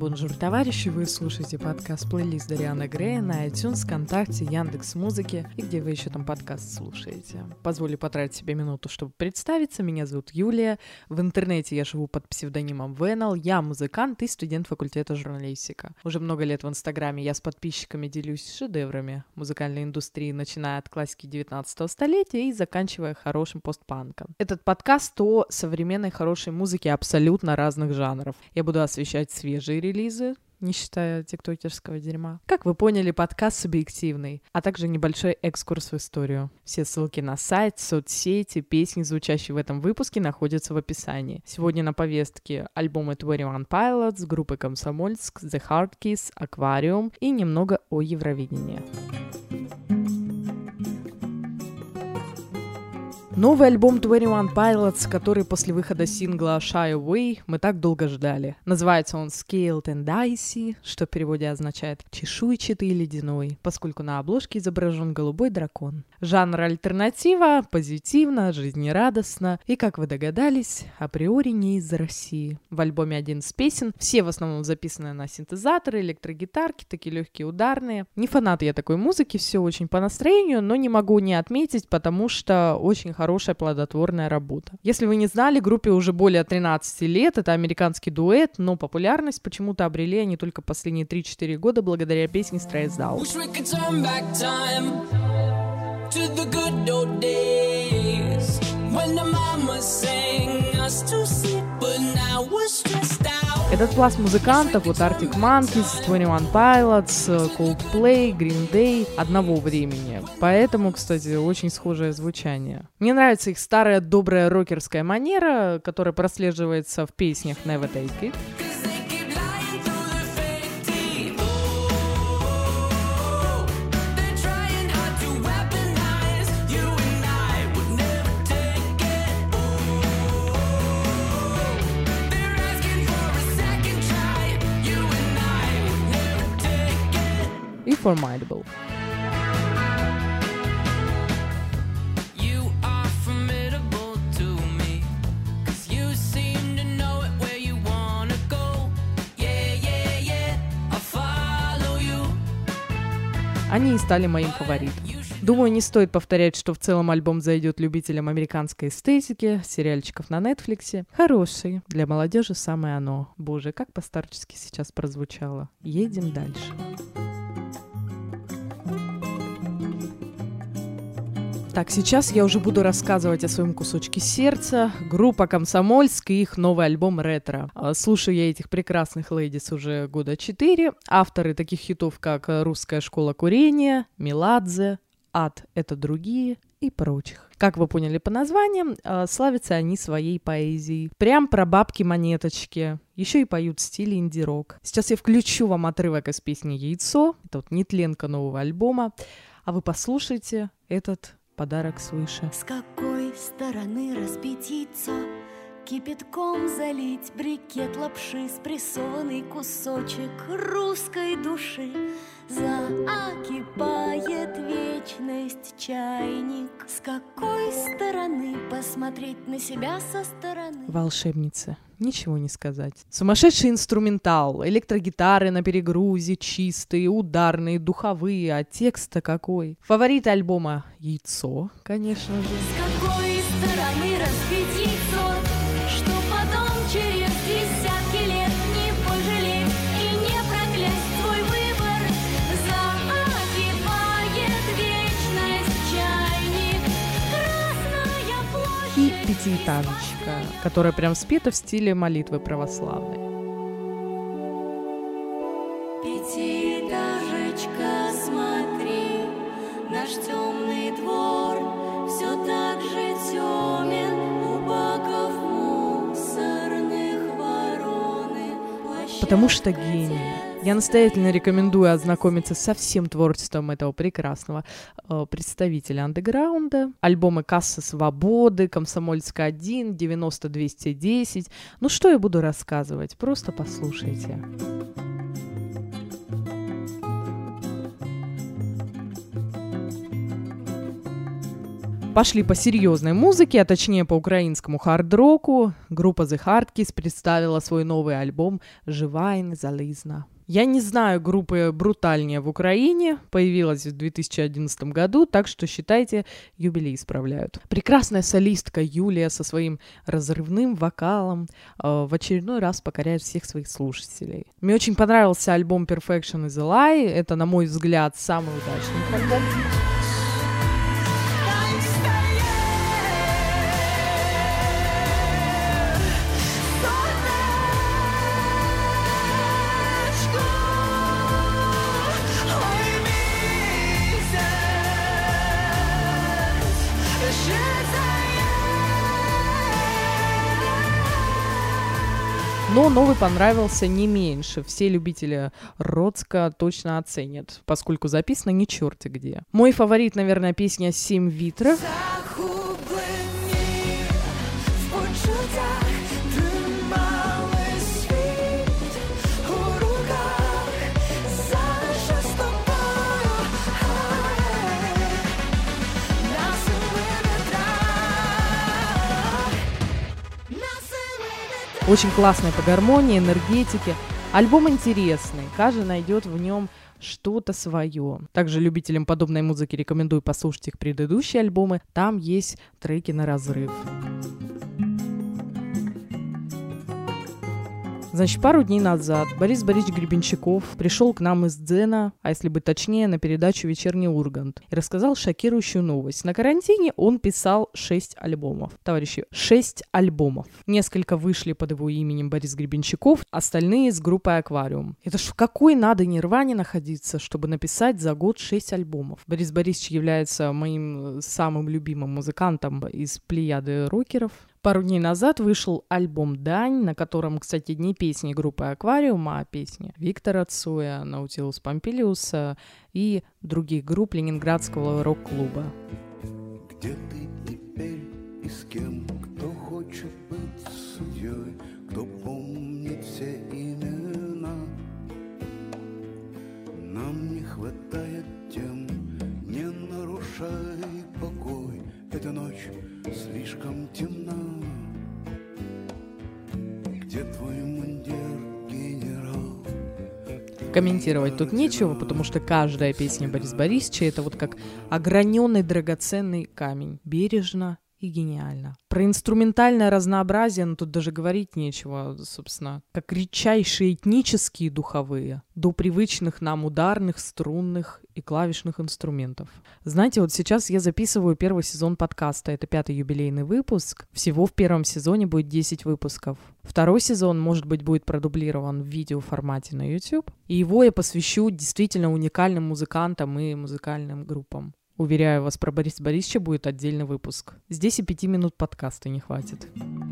Бонжур, товарищи, вы слушаете подкаст-плейлист Дарианы Грея на iTunes, ВКонтакте, Яндекс.Музыке и где вы еще там подкаст слушаете. Позволю потратить себе минуту, чтобы представиться. Меня зовут Юлия. В интернете я живу под псевдонимом Венал. Я музыкант и студент факультета журналистика. Уже много лет в Инстаграме я с подписчиками делюсь шедеврами музыкальной индустрии, начиная от классики 19 столетия и заканчивая хорошим постпанком. Этот подкаст о современной хорошей музыке абсолютно разных жанров. Я буду освещать свежие релизы, не считая тиктокерского дерьма. Как вы поняли, подкаст субъективный, а также небольшой экскурс в историю. Все ссылки на сайт, соцсети, песни, звучащие в этом выпуске, находятся в описании. Сегодня на повестке альбомы 21 Pilots, группы Комсомольск, The Hard Kiss, Аквариум и немного о Евровидении. Новый альбом 21 Pilots, который после выхода сингла Shy Away мы так долго ждали. Называется он Scaled and Icy, что в переводе означает «чешуйчатый и ледяной», поскольку на обложке изображен голубой дракон. Жанр альтернатива, позитивно, жизнерадостно и, как вы догадались, априори не из России. В альбоме 11 песен, все в основном записаны на синтезаторы, электрогитарки, такие легкие ударные. Не фанат я такой музыки, все очень по настроению, но не могу не отметить, потому что очень хорошая плодотворная работа. Если вы не знали, группе уже более 13 лет, это американский дуэт, но популярность почему-то обрели они только последние 3-4 года благодаря песне Stressed Out. Этот пласт музыкантов, вот Arctic Monkeys, 21 Pilots, Coldplay, Green Day одного времени. Поэтому, кстати, очень схожее звучание. Мне нравится их старая добрая рокерская манера, которая прослеживается в песнях Never Take It. И Formidable. Они и стали моим фаворитом. Думаю, не стоит повторять, что в целом альбом зайдет любителям американской эстетики, сериальчиков на Netflix. Хороший, для молодежи самое оно. Боже, как по-старчески сейчас прозвучало. Едем дальше. Так, сейчас я уже буду рассказывать о своем кусочке сердца. Группа Комсомольск и их новый альбом «Ретро». Слушаю я этих прекрасных лейдис уже года 4. Авторы таких хитов, как «Русская школа курения», «Меладзе», «Ад — это другие» и прочих. Как вы поняли по названиям, славятся они своей поэзией. Прям про бабки-монеточки. Еще и поют в стиле инди-рок. Сейчас я включу вам отрывок из песни «Яйцо». Это вот нетленка нового альбома. А вы послушайте этот подарок свыше. С какой стороны разбить яйцо, кипятком залить брикет лапши, спрессованный кусочек русской души. Закипает вечность чайник. С какой стороны посмотреть на себя со стороны? Волшебница. Ничего не сказать. Сумасшедший инструментал, электрогитары на перегрузе, чистые, ударные, духовые, а текст-то какой. Фаворит альбома «Яйцо», конечно же. С какой стороны разбить яйцо, что потом через десятки лет не пожалеть и не проклясть свой выбор? Закипает вечность чайник, Красная площадь. И «Пятиэтажечка», которая прям спета в стиле молитвы православной. Пятиэтажечка, смотри, наш темный двор все так же темен, у баков мусорных вороны. Потому что гений. Я настоятельно рекомендую ознакомиться со всем творчеством этого прекрасного представителя андеграунда. Альбомы «Касса свободы», «Комсомольск-1», «90-210». Ну что я буду рассказывать? Просто послушайте. Пошли по серьезной музыке, а точнее по украинскому хард-року. Группа The Hardkiss представила свой новый альбом «Живая залізна». Я не знаю группы брутальнее в Украине, появилась в 2011 году, так что, считайте, юбилей справляют. Прекрасная солистка Юлия со своим разрывным вокалом в очередной раз покоряет всех своих слушателей. Мне очень понравился альбом Perfection is a Lie, это, на мой взгляд, самый удачный альбом. Но новый понравился не меньше. Все любители Роцка точно оценят, поскольку записано не черти где. Мой фаворит, наверное, песня «Сім вітрів». Очень классная по гармонии, энергетике. Альбом интересный, каждый найдет в нем что-то свое. Также любителям подобной музыки рекомендую послушать их предыдущие альбомы. Там есть треки на разрыв. Значит, пару дней назад Борис Борисович Гребенщиков пришел к нам из Дзена, а если быть точнее, на передачу «Вечерний Ургант», и рассказал шокирующую новость. На карантине он писал 6 альбомов. Товарищи, 6 альбомов. Несколько вышли под его именем Борис Гребенщиков, остальные с группой «Аквариум». Это ж в какой надо нирване находиться, чтобы написать за год 6 альбомов? Борис Борисович является моим самым любимым музыкантом из плеяды рокеров. Пару дней назад вышел альбом «Дань», на котором, кстати, не песни группы «Аквариум», а песни Виктора Цоя, Наутилус Помпилиуса и других групп ленинградского рок-клуба. Где ты теперь и с кем? Кто хочет быть судьей? Кто помнит все имена? Нам не хватает тем, не нарушай покой. Эта ночь слишком темна. Где твой мундир, генерал? Комментировать тут нечего, потому что каждая песня Бориса Борисовича — это вот как ограненный драгоценный камень. Бережно и гениально. Про инструментальное разнообразие, ну тут даже говорить нечего, собственно. Как редчайшие этнические духовые, до привычных нам ударных, струнных и клавишных инструментов. Знаете, вот сейчас я записываю первый сезон подкаста, это 5-й юбилейный выпуск. Всего в первом сезоне будет 10 выпусков. Второй сезон, может быть, будет продублирован в видеоформате на YouTube. И его я посвящу действительно уникальным музыкантам и музыкальным группам. Уверяю вас, про Бориса Борисовича будет отдельный выпуск. Здесь и 5 минут подкаста не хватит.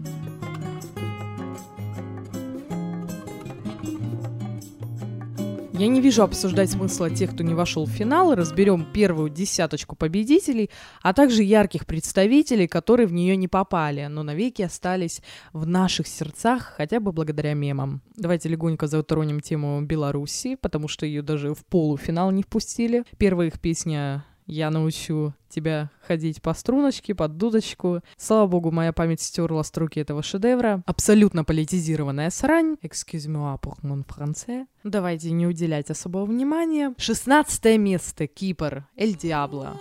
Я не вижу обсуждать смысла тех, кто не вошел в финал. Разберем первую десяточку победителей, а также ярких представителей, которые в нее не попали, но навеки остались в наших сердцах, хотя бы благодаря мемам. Давайте легонько затронем тему Беларуси, потому что ее даже в полуфинал не впустили. Первая их песня «Я научу тебя ходить по струночке, под дудочку». Слава богу, моя память стерла строки этого шедевра. Абсолютно политизированная срань. Excuse-moi pour mon français. Давайте не уделять особого внимания. 16 место. Кипр. Эль Диабло.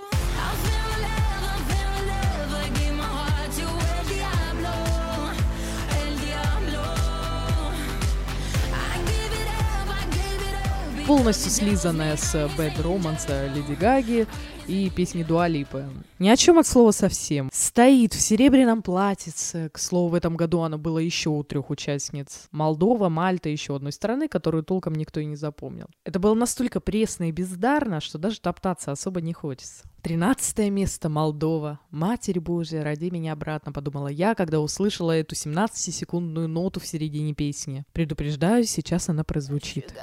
Полностью слизанная с Bad Romance Леди Гаги и песни Дуа Липы. Ни о чем от слова совсем. Стоит в серебряном платьице. К слову, в этом году оно было еще у 3 участниц. Молдова, Мальта, еще одной страны, которую толком никто и не запомнил. Это было настолько пресно и бездарно, что даже топтаться особо не хочется. 13 место. Молдова. Матерь Божья, роди меня обратно, подумала я, когда услышала эту 17-секундную ноту в середине песни. Предупреждаю, сейчас она прозвучит.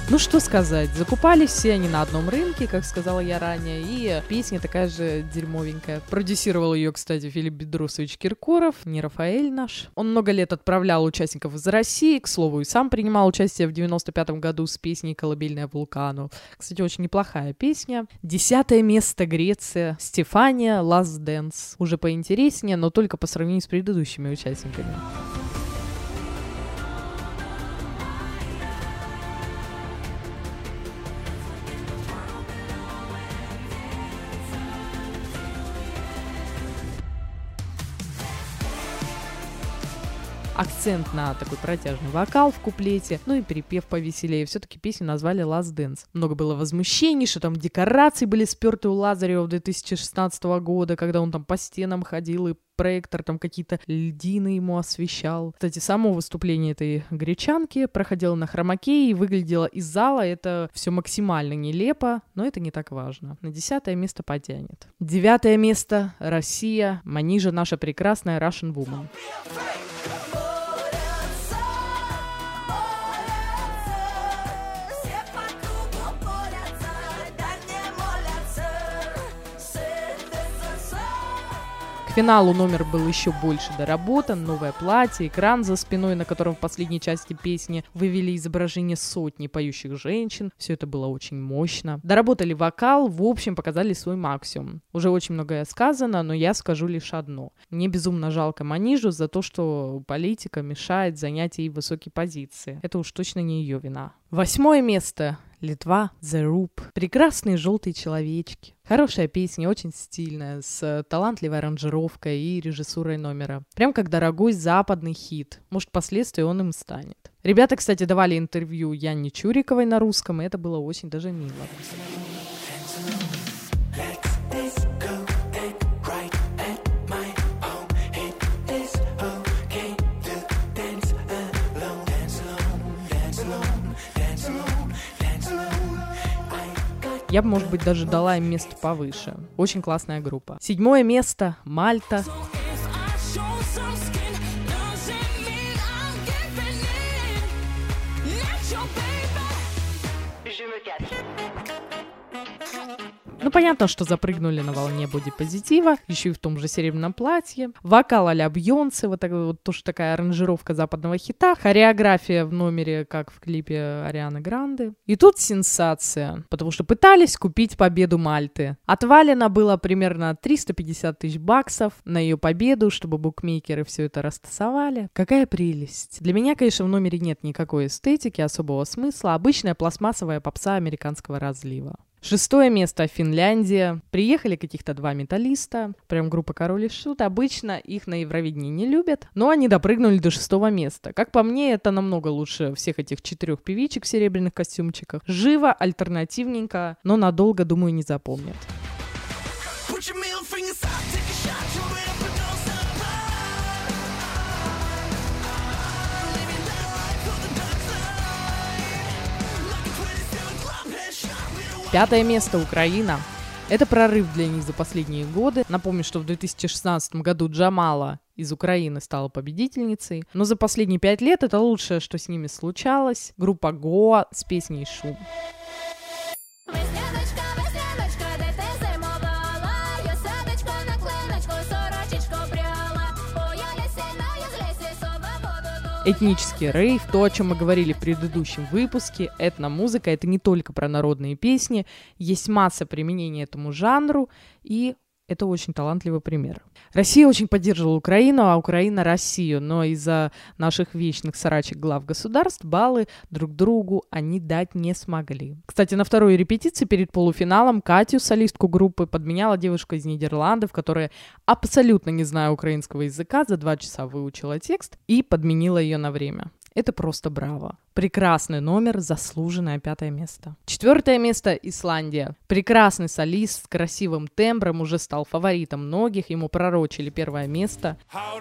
Ну что сказать, закупались все они на одном рынке, как сказала я ранее, и песня такая же дерьмовенькая. Продюсировал ее, кстати, Филипп Бедросович Киркоров, не Рафаэль наш. Он много лет отправлял участников из России, к слову, и сам принимал участие в 95-м году с песней «Колыбельная вулкану». Кстати, очень неплохая песня. 10-е место Греция, Стефания, Last Dance. Уже поинтереснее, но только по сравнению с предыдущими участниками. Акцент на такой протяжный вокал в куплете, ну и перепев повеселее. Все-таки песню назвали Last Dance. Много было возмущений, что там декорации были сперты у Лазарева 2016 года, когда он там по стенам ходил и проектор там какие-то льдины ему освещал. Кстати, само выступление этой гречанки проходило на хромакее и выглядело из зала это все максимально нелепо, но это не так важно. На 10-е место потянет. 9-е место Россия, Манижа, наша прекрасная Russian Woman. К финалу номер был еще больше доработан, новое платье, экран за спиной, на котором в последней части песни вывели изображение сотни поющих женщин. Все это было очень мощно. Доработали вокал, в общем, показали свой максимум. Уже очень многое сказано, но я скажу лишь одно. Мне безумно жалко Манижу за то, что политика мешает занять ей высокие позиции. Это уж точно не ее вина. 8-е место. Литва, The Roop. Прекрасные желтые человечки. Хорошая песня, очень стильная, с талантливой аранжировкой и режиссурой номера. Прям как дорогой западный хит. Может, впоследствии он им станет. Ребята, кстати, давали интервью Яне Чуриковой на русском, и это было очень даже мило. Я бы, может быть, даже дала им место повыше. Очень классная группа. 7-е место Мальта. Ну, понятно, что запрыгнули на волне бодипозитива, еще и в том же серебряном платье. Вокал а-ля Бьонсе, вот тоже такая аранжировка западного хита. Хореография в номере, как в клипе Арианы Гранде. И тут сенсация, потому что пытались купить победу Мальты. Отвалено было примерно 350 тысяч баксов на ее победу, чтобы букмекеры все это растасовали. Какая прелесть. Для меня, конечно, в номере нет никакой эстетики, особого смысла. Обычная пластмассовая попса американского разлива. 6-е место Финляндия. Приехали каких-то 2 металлиста. Прям группа Король и Шут. Обычно их на Евровидении не любят, но они допрыгнули до 6-го места. Как по мне, это намного лучше всех этих 4 певичек в серебряных костюмчиках. Живо, альтернативненько, но надолго, думаю, не запомнят. Пятое место Украина. Это прорыв для них за последние годы. Напомню, что в 2016 году Джамала из Украины стала победительницей. Но за последние 5 лет это лучшее, что с ними случалось. Группа Гоа с песней «Шум». Этнический рейв, то, о чем мы говорили в предыдущем выпуске, этномузыка, это не только про народные песни, есть масса применений этому жанру, и это очень талантливый пример. Россия очень поддерживала Украину, а Украина Россию, но из-за наших вечных срачек глав государств баллы друг другу они дать не смогли. Кстати, на второй репетиции перед полуфиналом Катю, солистку группы, подменяла девушка из Нидерландов, которая, абсолютно не зная украинского языка, за 2 часа выучила текст и подменила ее на время. Это просто браво. Прекрасный номер, заслуженное 5-е место. 4-е место Исландия. Прекрасный солист с красивым тембром, уже стал фаворитом многих, ему пророчили 1-е место.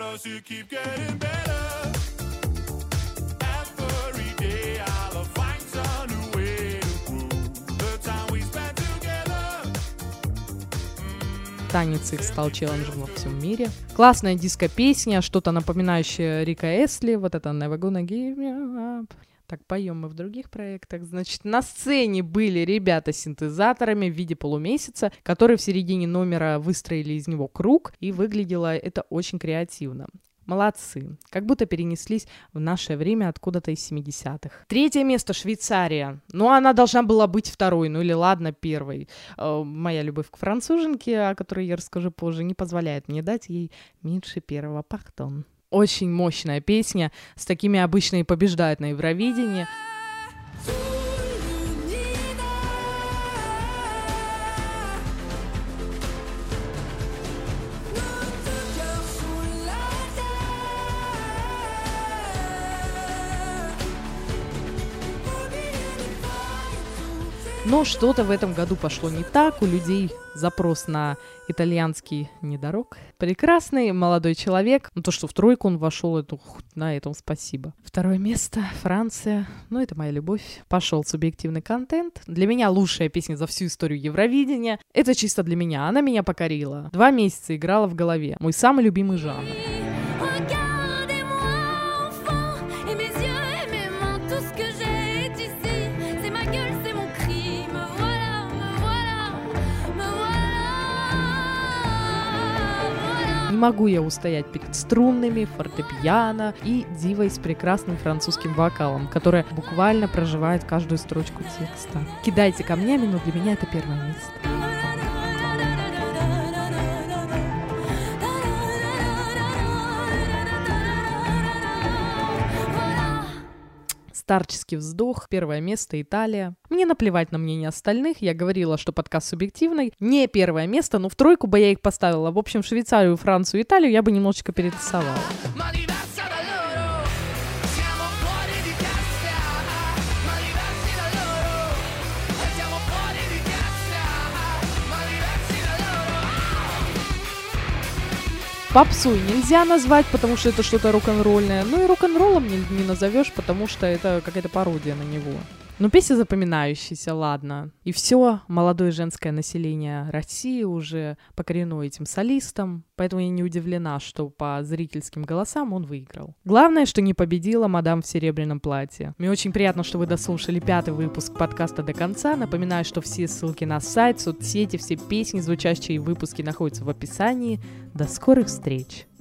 Танец их стал челленджем во всем мире. Классная диско-песня, что-то напоминающее Рика Эстли, вот это Never Gonna Give Me Up. Так, поем мы в других проектах. Значит, на сцене были ребята с синтезаторами в виде полумесяца, которые в середине номера выстроили из него круг, и выглядело это очень креативно. Молодцы. Как будто перенеслись в наше время откуда-то из 70-х. 3 место — Швейцария. Ну, она должна была быть 2-й, ну или ладно, 1-й. Моя любовь к француженке, о которой я расскажу позже, не позволяет мне дать ей меньше 1-го. Пардон. Очень мощная песня. С такими обычно и побеждают на Евровидении. Но что-то в этом году пошло не так, у людей запрос на итальянский недорог. Прекрасный молодой человек, то, что в 3 он вошел, на этом спасибо. 2 место, Франция, это моя любовь. Пошел субъективный контент. Для меня лучшая песня за всю историю Евровидения. Это чисто для меня, она меня покорила. 2 месяца играла в голове. Мой самый любимый жанр. Не могу я устоять перед струнными, фортепиано и дивой с прекрасным французским вокалом, которая буквально проживает каждую строчку текста. Кидайте камнями, но для меня это 1 место. Старческий вздох, 1 место, Италия. Мне наплевать на мнение остальных, я говорила, что подкаст субъективный. Не 1 место, но в 3 бы я их поставила. В общем, Швейцарию, Францию, Италию я бы немножечко перетасовала. Попсой нельзя назвать, потому что это что-то рок-н-ролльное. Ну и рок-н-роллом не назовешь, потому что это какая-то пародия на него. Но песня запоминающаяся, ладно. И все молодое женское население России уже покорено этим солистом, поэтому я не удивлена, что по зрительским голосам он выиграл. Главное, что не победила мадам в серебряном платье. Мне очень приятно, что вы дослушали 5-й выпуск подкаста до конца. Напоминаю, что все ссылки на сайт, соцсети, все песни, звучащие в выпуске находятся в описании. До скорых встреч!